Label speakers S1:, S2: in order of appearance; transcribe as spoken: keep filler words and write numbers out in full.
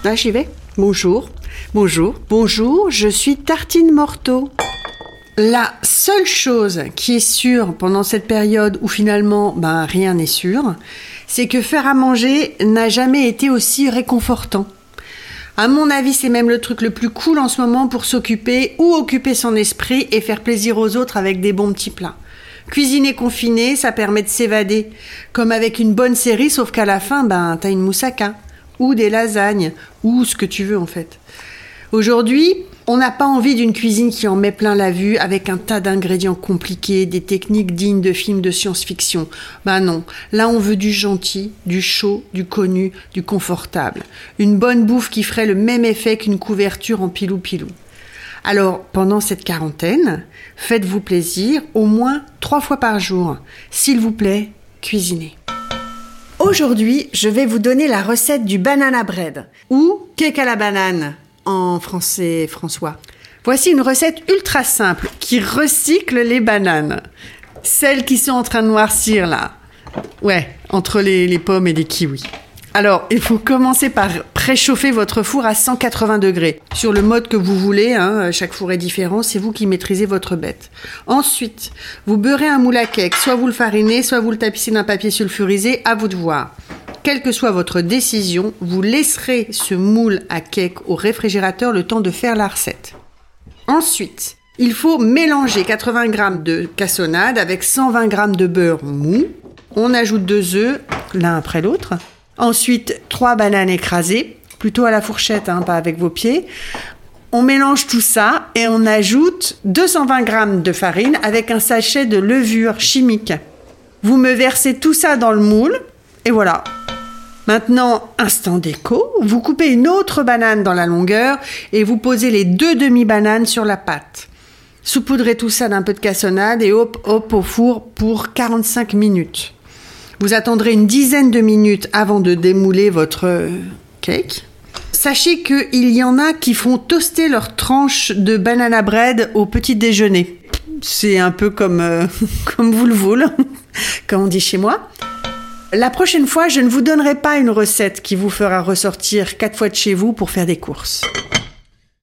S1: Ah, j'y vais. Bonjour, bonjour, bonjour, je suis Tartine Morteau. La seule chose qui est sûre pendant cette période où finalement ben, rien n'est sûr, c'est que faire à manger n'a jamais été aussi réconfortant. À mon avis, c'est même le truc le plus cool en ce moment pour s'occuper ou occuper son esprit et faire plaisir aux autres avec des bons petits plats. Cuisiner confiné, ça permet de s'évader. Comme avec une bonne série, sauf qu'à la fin, ben, t'as une moussaka. Ou des lasagnes. Ou ce que tu veux, en fait. Aujourd'hui, on n'a pas envie d'une cuisine qui en met plein la vue avec un tas d'ingrédients compliqués, des techniques dignes de films de science-fiction. Ben non, là on veut du gentil, du chaud, du connu, du confortable. Une bonne bouffe qui ferait le même effet qu'une couverture en pilou-pilou. Alors, pendant cette quarantaine, faites-vous plaisir au moins trois fois par jour. S'il vous plaît, cuisinez. Aujourd'hui, je vais vous donner la recette du banana bread, ou cake à la banane, en français François. Voici une recette ultra simple qui recycle les bananes. Celles qui sont en train de noircir là. Ouais, entre les, les pommes et les kiwis. Alors, il faut commencer par préchauffer votre four à cent quatre-vingts degrés. Sur le mode que vous voulez, hein, chaque four est différent, c'est vous qui maîtrisez votre bête. Ensuite, vous beurrez un moule à cake. Soit vous le farinez, soit vous le tapissez d'un papier sulfurisé, à vous de voir. Quelle que soit votre décision, vous laisserez ce moule à cake au réfrigérateur le temps de faire la recette. Ensuite, il faut mélanger quatre-vingts grammes de cassonade avec cent vingt grammes de beurre mou. On ajoute deux œufs, l'un après l'autre. Ensuite, trois bananes écrasées, plutôt à la fourchette, hein, pas avec vos pieds. On mélange tout ça et on ajoute deux cent vingt grammes de farine avec un sachet de levure chimique. Vous me versez tout ça dans le moule et voilà. Maintenant, instant déco, vous coupez une autre banane dans la longueur et vous posez les deux demi-bananes sur la pâte. Saupoudrez tout ça d'un peu de cassonade et hop, hop au four pour quarante-cinq minutes. Vous attendrez une dizaine de minutes avant de démouler votre cake. Sachez qu'il y en a qui font toaster leurs tranches de banana bread au petit déjeuner. C'est un peu comme, euh, comme vous le voulez, comme on dit chez moi. La prochaine fois, je ne vous donnerai pas une recette qui vous fera ressortir quatre fois de chez vous pour faire des courses.